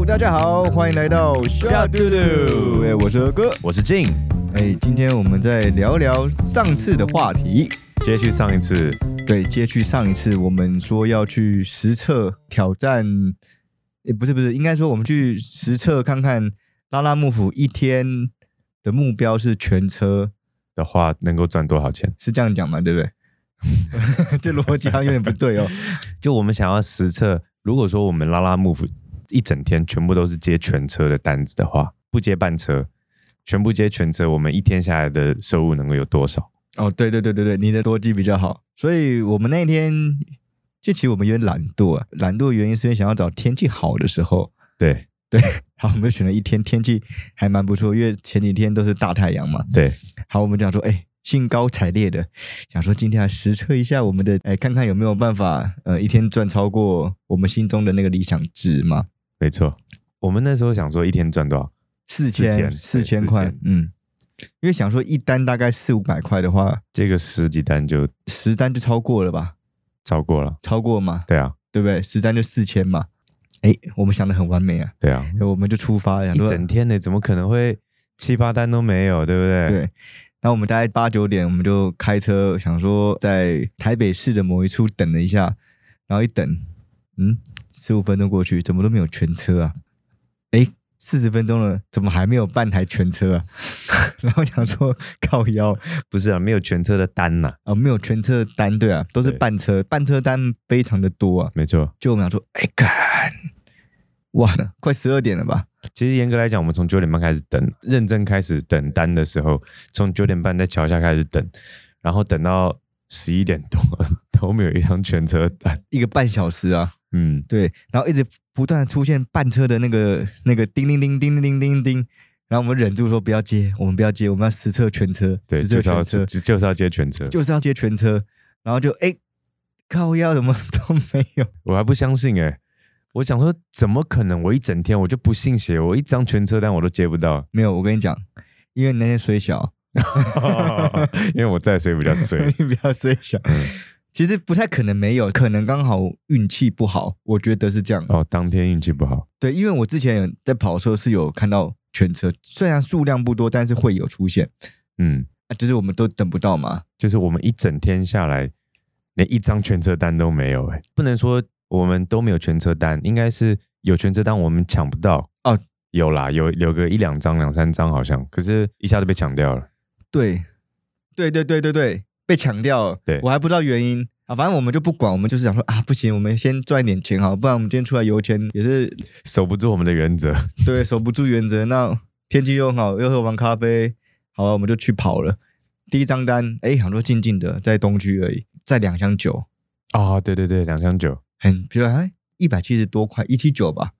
Hello， 大家好，欢迎来到下嘟嘟， 我是何哥， 我是Jin。 今天我们再聊聊上次的话题， 接续上一次， 对，接续上一次我们说要去实测挑战，不是，应该说我们去实测看看拉拉幕府一天的目标是全车的话能够赚多少钱？ 是这样讲吗？对不对？这逻辑好像有点不对哦。 就我们想要实测，如果说我们拉拉幕府一整天全部都是接全车的单子的话，不接半车，全部接全车，我们一天下来的收入能够有多少？ 哦，对，你的逻辑比较好。所以我们那天，其实我们有点懒惰啊，懒惰的原因是因为想要找天气好的时候。 对， 好，我们选了一天，天气还蛮不错，因为前几天都是大太阳嘛。 对， 好，我们讲说，兴高采烈的想说今天来实测一下我们的，看看有没有办法，一天赚超过我们心中的那个理想值嘛。 没错，我们那时候想说一天赚多少 ？4000块，因为想说一单大概400-500块的话， 这个10几单就 10单就超过了吧？ 超过了嘛？ 对啊， 对不对？10单就4000嘛。我们想得很完美啊。 对啊， 我们就出发了， 一整天呢，怎么可能会7-8单都没有，对不对？ 对。然后我们大概8-9点，我们就开车，想说在台北市的某一处等了一下，然后一等，15分钟过去，怎么都没有全车啊？40分钟了，怎么还没有半台全车啊？然后想说靠腰， 不是啊，没有全车的单呐。 没有全车的单，对啊，都是半车，半车单非常的多啊。 没错， 就我们想说，干，哇，快12点了吧？ 其实严格来讲，我们从9点半开始等，认真开始等单的时候，从9点半在桥下开始等，然后等到11点多都没有一张全车单 ，1个半小时啊。对，然后一直不断的出现半车的那个叮叮叮叮叮叮叮，然后我们忍住说不要接，我们不要接，我们要实测全车， 对， 实测全车， 就是要接全车， 就是要接全车，然后就靠腰怎么都没有， 我还不相信我想说怎么可能？我一整天我就不信邪，我一张全车单我都接不到。 没有，我跟你讲，因为你那天衰小， 因为我再衰比较衰， 你比较衰小。其实不太可能没有，可能刚好运气不好，我觉得是这样。 当天运气不好。 对，因为我之前在跑的时候是有看到全车，虽然数量不多，但是会有出现。就是我们都等不到嘛。 就是我们一整天下来，连一张全车单都没有。不能说我们都没有全车单，应该是有全车单我们抢不到。有啦，有个1-2张、2-3张好像，可是一下就被抢掉了。 对。被抢掉了， 对， 我还不知道原因啊，反正我们就不管，我们就是想说不行，我们先赚一点钱好，不然我们今天出来油钱也是守不住我们的原则。 对，守不住原则。那天气又很好，又喝完咖啡，好我们就去跑了。第一张单，想说静静的在东区而已，在2箱酒。 对，2箱酒， 比如170多块，179吧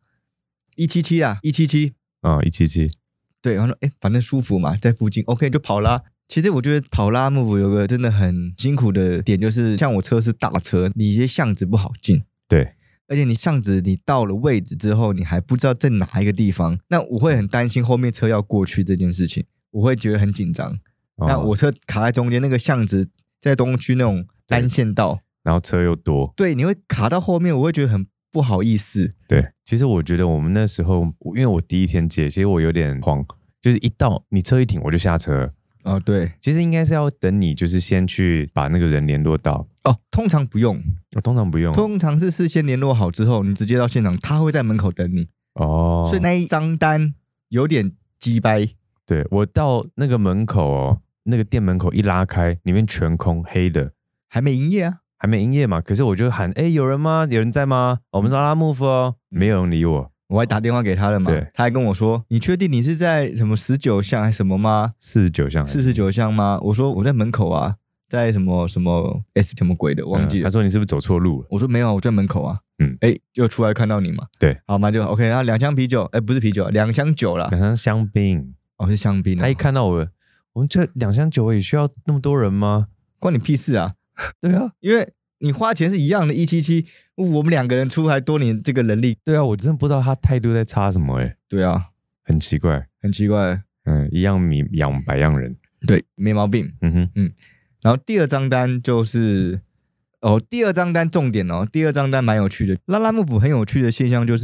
，177啦，177。 177。 对，然后说反正舒服嘛，在附近 ，OK 就跑啦。其实我觉得跑拉幕府有个真的很辛苦的点，就是像我车是大车，你一些巷子不好进。 对， 而且你巷子你到了位置之后，你还不知道在哪一个地方，那我会很担心后面车要过去这件事情，我会觉得很紧张。那我车卡在中间，那个巷子在东区那种单线道， 然后车又多， 对，你会卡到后面，我会觉得很不好意思。 对，其实我觉得我们那时候，因为我第一天接，其实我有点慌，就是一到你车一停我就下车。 对， 其实应该是要等你就是先去把那个人联络到。 通常不用， 通常不用， 通常是事先联络好之后，你直接到现场，他会在门口等你。所以那一张单有点鸡掰。 对，我到那个门口那个店门口一拉开，里面全空黑的， 还没营业啊， 还没营业嘛。可是我就喊，有人吗？有人在吗？我们是拉拉幕府没有人理我。 我还打电话给他了嘛，他还跟我说，你确定你是在什么19巷还是什么吗？49巷吗？我说我在门口啊，在什么什么 S 什么鬼的忘记了。 他说你是不是走错路了？ 我说没有，我在门口啊。就出来看到你嘛。 对， 好嘛，就 OK。然后2箱啤酒，不是啤酒，2箱酒啦， 2箱香槟。 是香槟。 他一看到我们这2箱酒也需要那么多人吗？ 关你屁事啊。 对啊， 因为你花钱是一样的177，我们2个人出还多你这个人力。 对啊，我真的不知道他态度在差什么。 对啊， 很奇怪。一样米养百样人。 对，没毛病。然后第二张单就是第二张单重点第二张单蛮有趣的。拉拉幕府很有趣的现象就是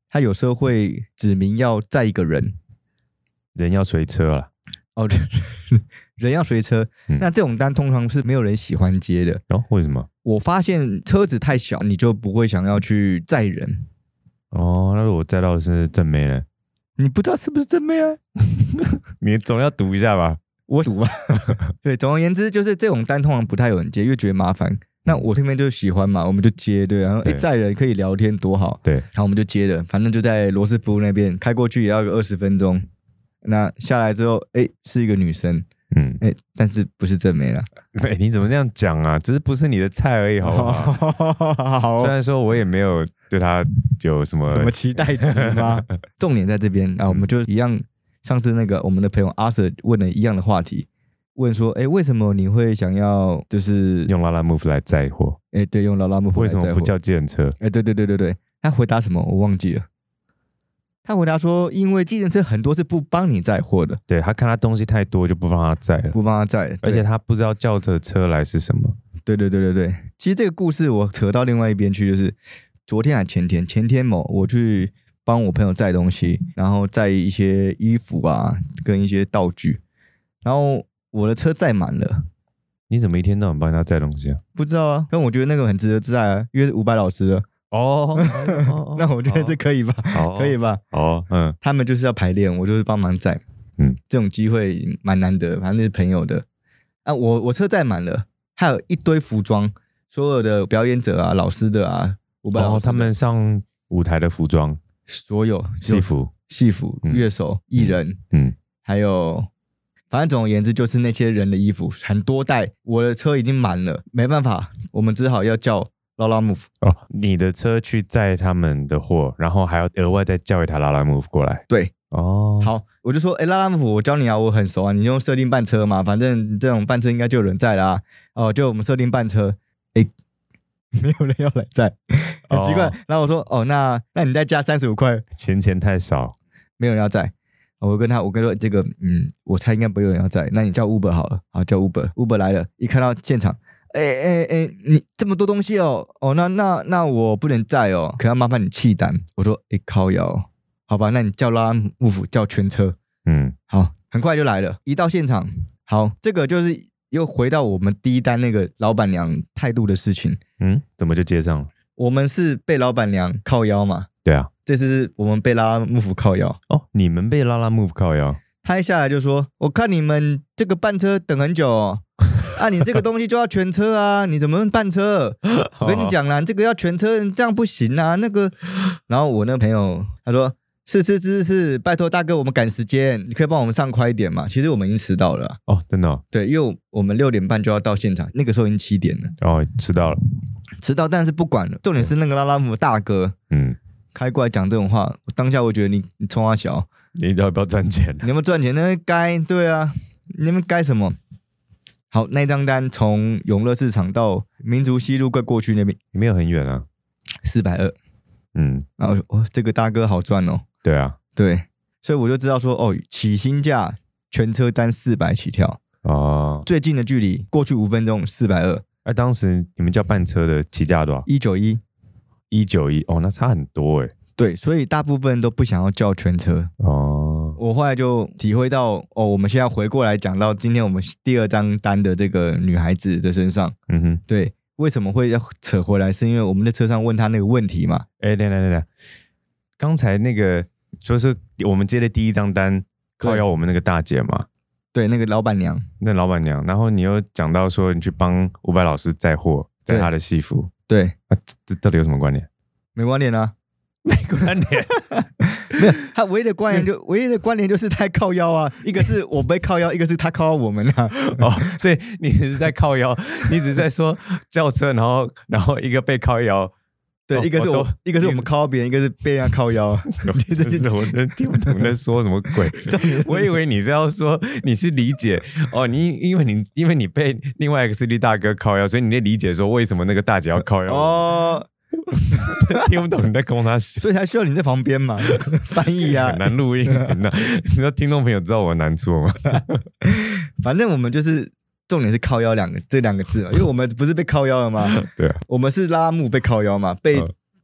他有时候会指明要载一个人， 人要随车啦。 哦，人要随车，那这种单通常是没有人喜欢接的。 哦，为什么？ 我发现车子太小，你就不会想要去载人。 哦，那如果载到的是正妹呢？ 你不知道是不是正妹啊？ 你总要赌一下吧？ 我赌吧。对，总而言之，就是这种单通常不太有人接，因为觉得麻烦。那我偏偏就喜欢嘛，我们就接，对，然后载人可以聊天多好， 对， 然后我们就接了，反正就在罗斯福那边开过去也要个20分钟。那下来之后，是一个女生，但是不是正妹啦。 你怎么这样讲啊？只是不是你的菜而已，好不好？好，虽然说我也没有对她有什么期待值吗？重点在这边啊，我们就一样，上次那个我们的朋友阿 Sir 问了一样的话题。问说，为什么你会想要就是用拉拉 move 来载货？ 对，用拉拉 move 来载货。 为什么不叫计程车？ 对，他回答什么我忘记了。他回答说，因为计程车很多是不帮你载货的。 对，他看他东西太多就不帮他载了， 不帮他载， 而且他不知道叫着车来是什么。 对。其实这个故事我扯到另外一边去，就是昨天还前天我去帮我朋友载东西，然后载一些衣服啊，跟一些道具，然后我的车载满了。 你怎么一天到晚帮人家载东西啊？ 不知道啊，但我觉得那个很值得载啊，因为是伍佰老师的。那我觉得这可以吧？可以吧？他们就是要排练，我就是帮忙载。这种机会蛮难得，反正是朋友的。啊，我车载满了，还有一堆服装，所有的表演者啊、老师的啊、伍佰老师的， 他们上舞台的服装， 所有戏服、 乐手、艺人，还有。反正总而言之，就是那些人的衣服很多袋，我的车已经满了，没办法，我们只好要叫拉拉 move。 你的车去载他们的货，然后还要额外再叫一台拉拉 move 过来。 对，好，我就说，拉拉 move 我教你啊，我很熟啊，你用设定伴车嘛，反正这种伴车应该就有人载啦。就我们设定伴車，没有人要来载，很奇怪。然後我說那你再加35塊， 錢太少， 沒有人要載。我跟他說這個我猜應該不會有人要載，那你叫 Uber 好了。好，叫 Uber 來了，一看到現場，你這麼多東西那我不能載哦，可要麻煩你棄單。我說靠腰，好吧，那你叫拉拉 move 叫全車。好，很快就來了，一到現場，好，這個就是又回到我們第一單那個老闆娘態度的事情。 怎麼就接上了？ 我們是被老闆娘靠腰嘛？ 對啊， 這次是我們被拉拉 move 靠腰。 你們被拉拉 move 靠腰。 他一下來就說，我看你們這個伴車等很久哦。你這個東西就要全車啊，你怎麼用伴車？我跟你講啦，這個要全車，這樣不行啊。那個，然後我那個朋友他說，是，拜託大哥，我們趕時間，你可以幫我們上快一點嘛？其實我們已經遲到了。 真的？ 對，因為我們6點半就要到現場，那個時候已經7點了。 遲到了。 遲到，但是不管了。重點是那個拉拉 move 大哥，開過來講這種話，當下我覺得你衝他小， 你要不要賺錢？ 你有沒有賺錢？那該對啊，你們該什麼？好，那張單從永樂市場到民族西路快過去那邊， 沒有很遠啊 ，420。然後這個大哥好賺哦。 對啊， 對，所以我就知道說，起薪價全車單400起跳。最近的距離過去5分鐘420。 當時你們叫伴車的起價多少？191。那差很多欸。 對，所以大部分人都不想要叫全車。我後來就體會到，我們現在回過來講到今天我們第2張單的這個女孩子的身上。對，為什麼會要扯回來？是因為我們在車上問她那個問題嘛。 等，剛才那個就是我們接的第1張單靠腰我們那個大姐嘛。 對，那個老闆娘。然後你又講到說你去幫伍佰老師載貨，載他的戲服。 對， 這到底有什麼關聯？ 沒關聯啊。 沒關聯。 沒有，他唯一的關聯就是他靠腰啊，一個是我被靠腰，一個是他靠腰我們啊。 所以你只是在靠腰，你只是在說叫車，然後一個被靠腰。 對，一個是我們靠別人，一個是被人家靠腰。 我真聽不懂在說什麼鬼。我以為你是要說你去理解因為你被另外一個司機大哥靠腰，所以你得理解說為什麼那個大姐要靠腰。聽不懂你在跟他說， 所以才需要你在旁邊嘛，翻譯啊。 很難錄音，你知道聽眾朋友知道我的難處嗎？ 反正我們就是重點是靠腰這兩個字嘛，因為我們不是被靠腰了嗎？ 對啊， 我們是拉拉 move 被靠腰嘛，被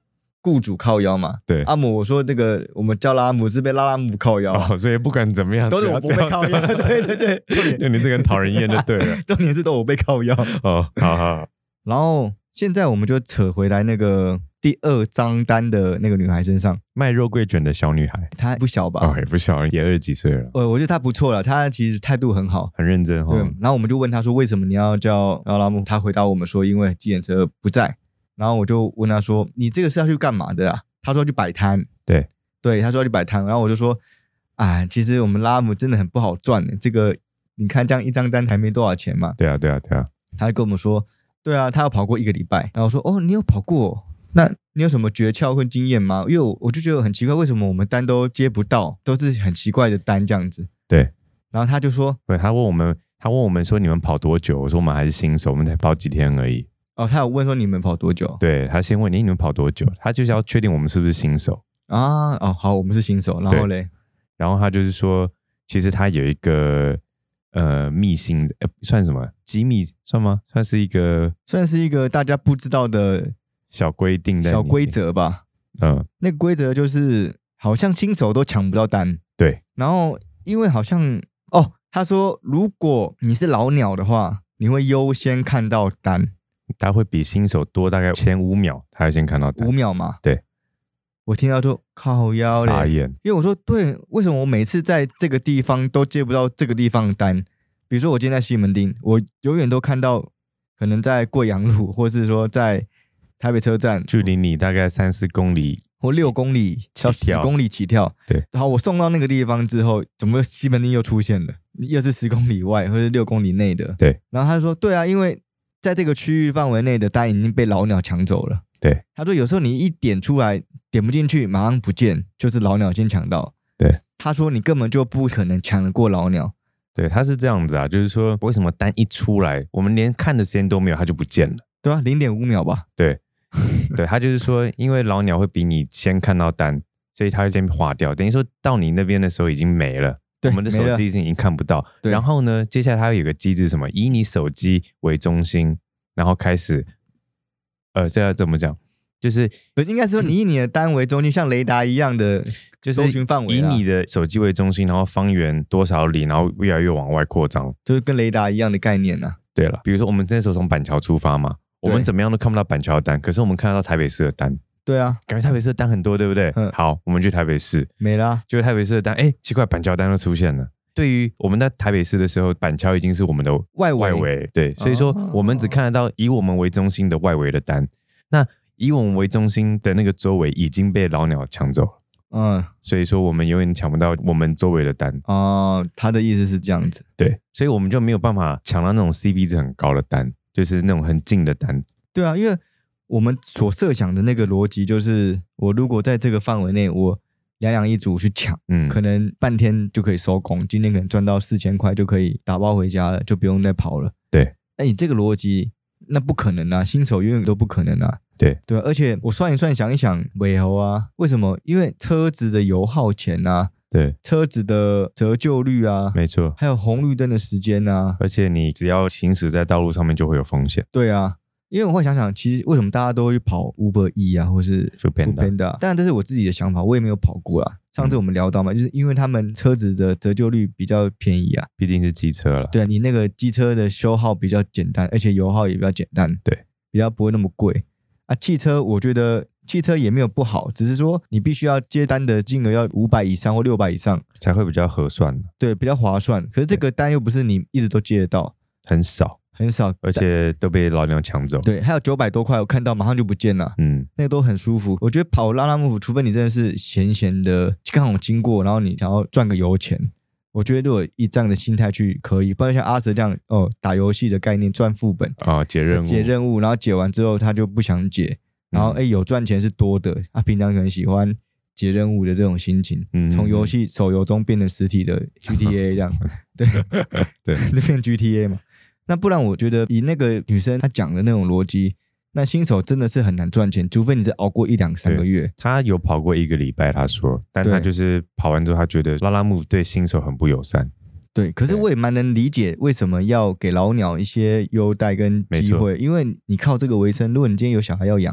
雇主靠腰嘛。 对， 阿姆我说这个我们叫拉姆是被拉姆靠腰， 所以不管怎么样都是我不被靠腰。对， 就你这个人讨人厌就对了。 重点是都我被靠腰。 好。 然后现在我们就扯回来那个第2张单的那个女孩身上， 卖肉桂卷的小女孩， 她不小吧？ 也不小，也20几岁了。 我觉得她不错了，她其实态度很好， 很认真。 对，然后我们就问她说为什么你要叫拉姆？她回答我们说因为计程车不在。然后我就问她说你这个是要去干嘛的啊？她说要去摆摊。对，她说要去摆摊。然后我就说其实我们拉姆真的很不好赚的，这个你看这样一张单还没多少钱嘛。 对啊。 她就跟我们说对啊，她要跑过1个礼拜。然后我说你有跑过？那你有什么诀窍跟经验吗？因为我就觉得很奇怪，为什么我们单都接不到，都是很奇怪的单这样子。 对， 然后他就说， 对，他问我们说你们跑多久？我说我们还是新手，我们才跑几天而已。 他有问说你们跑多久？ 对，他先问你们跑多久，他就是要确定我们是不是新手啊。好，我们是新手。然后嘞， 然后他就是说，其实他有一个秘辛的，算什么机密算吗？算是一个大家不知道的小规定的小规则吧。那个规则就是好像新手都抢不到单。对，然后因为好像他说如果你是老鸟的话，你会优先看到单，他会比新手多大概前5秒，他会先看到单。5秒嘛？对。我听到就靠腰嘞，傻眼。因为我说对，为什么我每次在这个地方都接不到这个地方的单？比如说我今天在西门町，我永远都看到可能在贵阳路，或是说在台北车站，距离你大概3-4公里或6公里到10公里起跳。对，然后我送到那个地方之后，怎么西门町又出现了？又是10公里外或者6公里内的。对，然后他就说，对啊，因为在这个区域范围内的单已经被老鸟抢走了。对，他说有时候你一点出来，点不进去，马上不见，就是老鸟先抢到。对，他说你根本就不可能抢得过老鸟。对，他是这样子啊，就是说为什么单一出来，我们连看的时间都没有，他就不见了。对啊，0.5秒吧。对。对，他就是说因为老鸟会比你先看到单，所以他会先划掉，等于说到你那边的时候已经没了，我们的手机已经看不到。然后呢，接下来他有一个机制，什么以你手机为中心，然后开始这要怎么讲，就是应该是说你以你的单为中心，像雷达一样的搜寻范围，以你的手机为中心，然后方圆多少里，然后越来越往外扩张，就是跟雷达一样的概念啊。对了，比如说我们那时候从板桥出发嘛，我们怎么样都看不到板桥的单，可是我们看得到台北市的单。对啊，感觉台北市的单很多，对不对？好，我们去台北市，没啦。就台北市的单，奇怪，板桥单都出现了。对于我们在台北市的时候，板桥已经是我们的外围，对，所以说我们只看得到以我们为中心的外围的单。那以我们为中心的那个周围已经被老鸟抢走了。所以说我们永远抢不到我们周围的单。他的意思是这样子。对，所以我们就没有办法抢到那种 CP 值很高的单。就是那种很近的单。对啊，因为我们所设想的那个逻辑就是，我如果在这个范围内，我2一组去抢，可能半天就可以收工，今天可能赚到4000块就可以打包回家了，就不用再跑了。对，那你这个逻辑，那不可能啊，新手永远都不可能啊。对，而且我算一算，想一想，尾猴啊，为什么？因为车子的油耗钱啊。对，车子的折旧率啊，没错，还有红绿灯的时间啊，而且你只要行驶在道路上面就会有风险。对啊，因为我会想想，其实为什么大家都会去跑 Uber E 啊，或是 Foodpanda， 当然这是我自己的想法，我也没有跑过啦。上次我们聊到嘛，就是因为他们车子的折旧率比较便宜啊，毕竟是机车了。对啊，你那个机车的修耗比较简单，而且油耗也比较简单，对，比较不会那么贵啊。汽车我觉得。汽车也没有不好，只是说你必须要接单的金额要500以上或600以上才会比较合算，对，比较划算。可是这个单又不是你一直都接得到，很少，而且都被老鸟抢走。对，还有900多块，我看到马上就不见了。那个都很舒服。我觉得跑拉拉木夫，除非你真的是闲的刚好经过，然后你想要赚个油钱，我觉得如果以这样的心态去可以，不然像阿哲这样打游戏的概念赚副本解任务，然后解完之后他就不想解。然后有赚钱是多的，平常可能喜欢解任务的这种心情，从游戏手游中变成实体的 GTA 这样，对，就变 GTA 嘛。那不然我觉得以那个女生她讲的那种逻辑，那新手真的是很难赚钱，除非你是熬过1-3个月。她有跑过1个礼拜，她说，但她就是跑完之后，她觉得拉拉木对新手很不友善。对，可是我也蛮能理解为什么要给老鸟一些优待跟机会，因为你靠这个为生，如果你今天有小孩要养。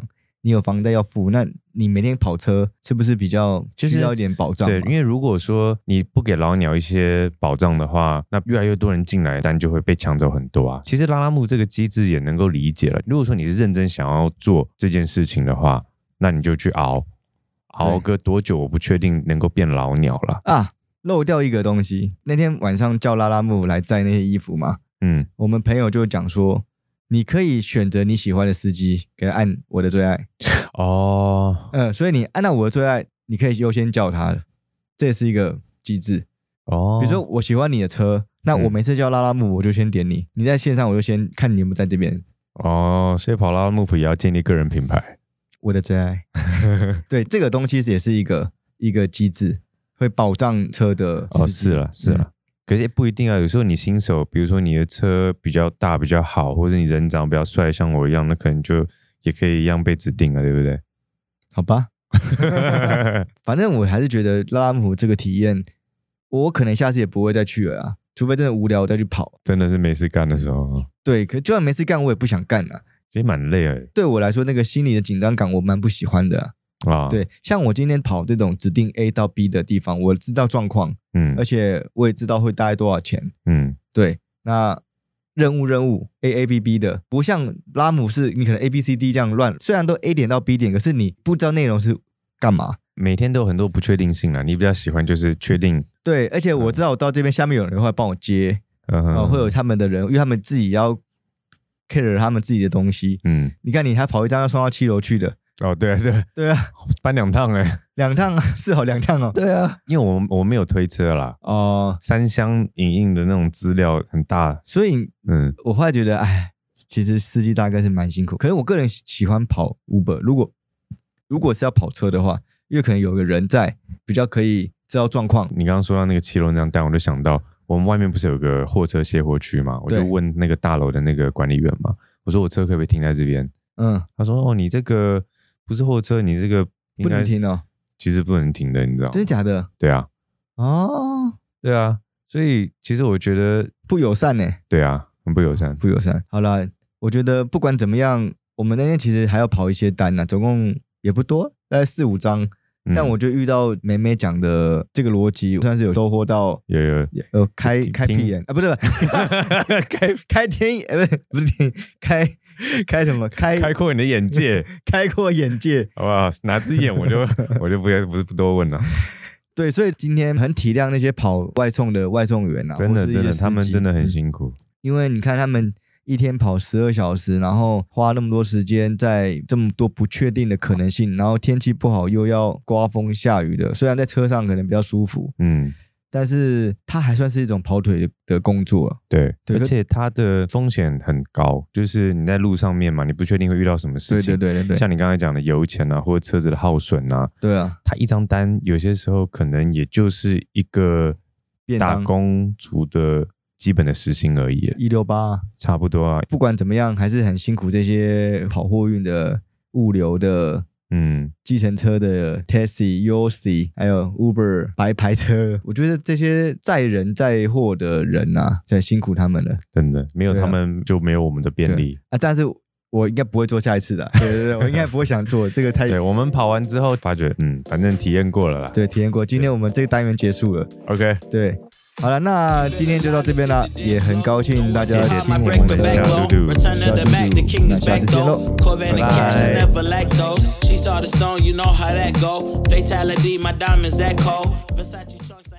你有房贷要付，那你每天跑车是不是比较需要一点保障？ 对，因为如果说你不给老鸟一些保障的话，那越来越多人进来，但就会被抢走很多啊。其实拉拉木这个机制也能够理解了。如果说你是认真想要做这件事情的话，那你就去熬个多久，我不确定能够变老鸟了啊。漏掉一个东西，那天晚上叫拉拉木来载那些衣服嘛，我们朋友就讲说，你可以选择你喜欢的司机，给他按我的最爱哦，所以你按到我的最爱，你可以优先叫他的，这也是一个机制哦。比如说我喜欢你的车，那我每次叫拉拉木，我就先点你，你在线上我就先看你有没有在这边哦。所以跑拉拉木也要建立个人品牌， 我的最爱。对，这个东西也是一个机制。会保障车的司机是啦，可是也不一定啊。有时候你新手，比如说你的车比较大比较好，或者你人长比较帅，像我一样，那可能就也可以一样被指定了，对不对？ 好吧，反正我还是觉得拉拉木这个体验，我可能下次也不会再去了啊，除非真的无聊再去跑。 真的是没事干的时候。 对，可就算没事干，我也不想干啊。 其实蛮累的。 对我来说，那个心理的紧张感，我蛮不喜欢的啊。对，像我今天跑这种指定 A 到 B 的地方，我知道状况，而且我也知道会大概多少钱，对，那任务 A B 的，不像拉姆是你可能 ABCD 这样乱，虽然都 A 点到 B 点，可是你不知道内容是干嘛， 每天都有很多不确定性啊，你比较喜欢就是确定， 对，而且我知道我到这边下面有人会帮我接，会有他们的人，因为他们自己要 care 他们自己的东西，你看你还跑一张要送到7楼去的。 哦，对啊，搬2趟 2趟啊，是2趟哦。对啊， 因为我没有推车啦，3箱影印的那种资料很大， 所以我后来觉得，其实司机大概是蛮辛苦。可能我个人喜欢跑 Uber， 如果是要跑车的话，因为可能有个人在，比较可以知道状况。 你刚刚说到那个7楼那样带，我就想到我们外面不是有个货车卸货区嘛，我就问那个大楼的那个管理员嘛，我说我车可不可以停在这边？他说你这个。不是货车，你这个不能停哦。 其实不能停的，你知道吗？ 真的假的？ 对啊。哦，对啊。所以其实我觉得不友善呢。 对啊，很不友善， 不友善。好啦，我觉得不管怎么样，我们那天其实还要跑一些单啊，总共也不多，大概4-5张。但我就遇到妹妹讲的这个逻辑，算是有收获到。有开屁眼啊，不是开天眼，不是天开什么开阔你的眼界， 开阔眼界， 好不好？哪只眼我就不多问了。 对，所以今天很体谅那些跑外送的外送员啊， 真的，他们真的很辛苦。 因为你看他们一天跑12小时，然后花那么多时间在这么多不确定的可能性，然后天气不好又要刮风下雨的，虽然在车上可能比较舒服，但是它还算是一种跑腿的工作。 对，而且它的风险很高，就是你在路上面嘛，你不确定会遇到什么事情。对，像你刚才讲的油钱啊，或者车子的耗损啊， 对啊， 它一张单有些时候可能也就是一个打工族的基本的时薪而已 ，168 差不多啊。 不管怎么样，还是很辛苦这些跑货运的、物流的。计程车的 Taxi、Yosi 还有 Uber 白牌车，我觉得这些载人载货的人啊，在辛苦他们了， 真的没有他们就没有我们的便利啊。但是我应该不会做下一次的，对，我应该不会想做这个太。 对，我们跑完之后发觉，反正体验过了啦。 对，体验过。今天我们这个单元结束了 ，OK， 对。好了，那今天就到这边了，也很高兴大家听我们的小嘟嘟，那下次见喽，拜拜。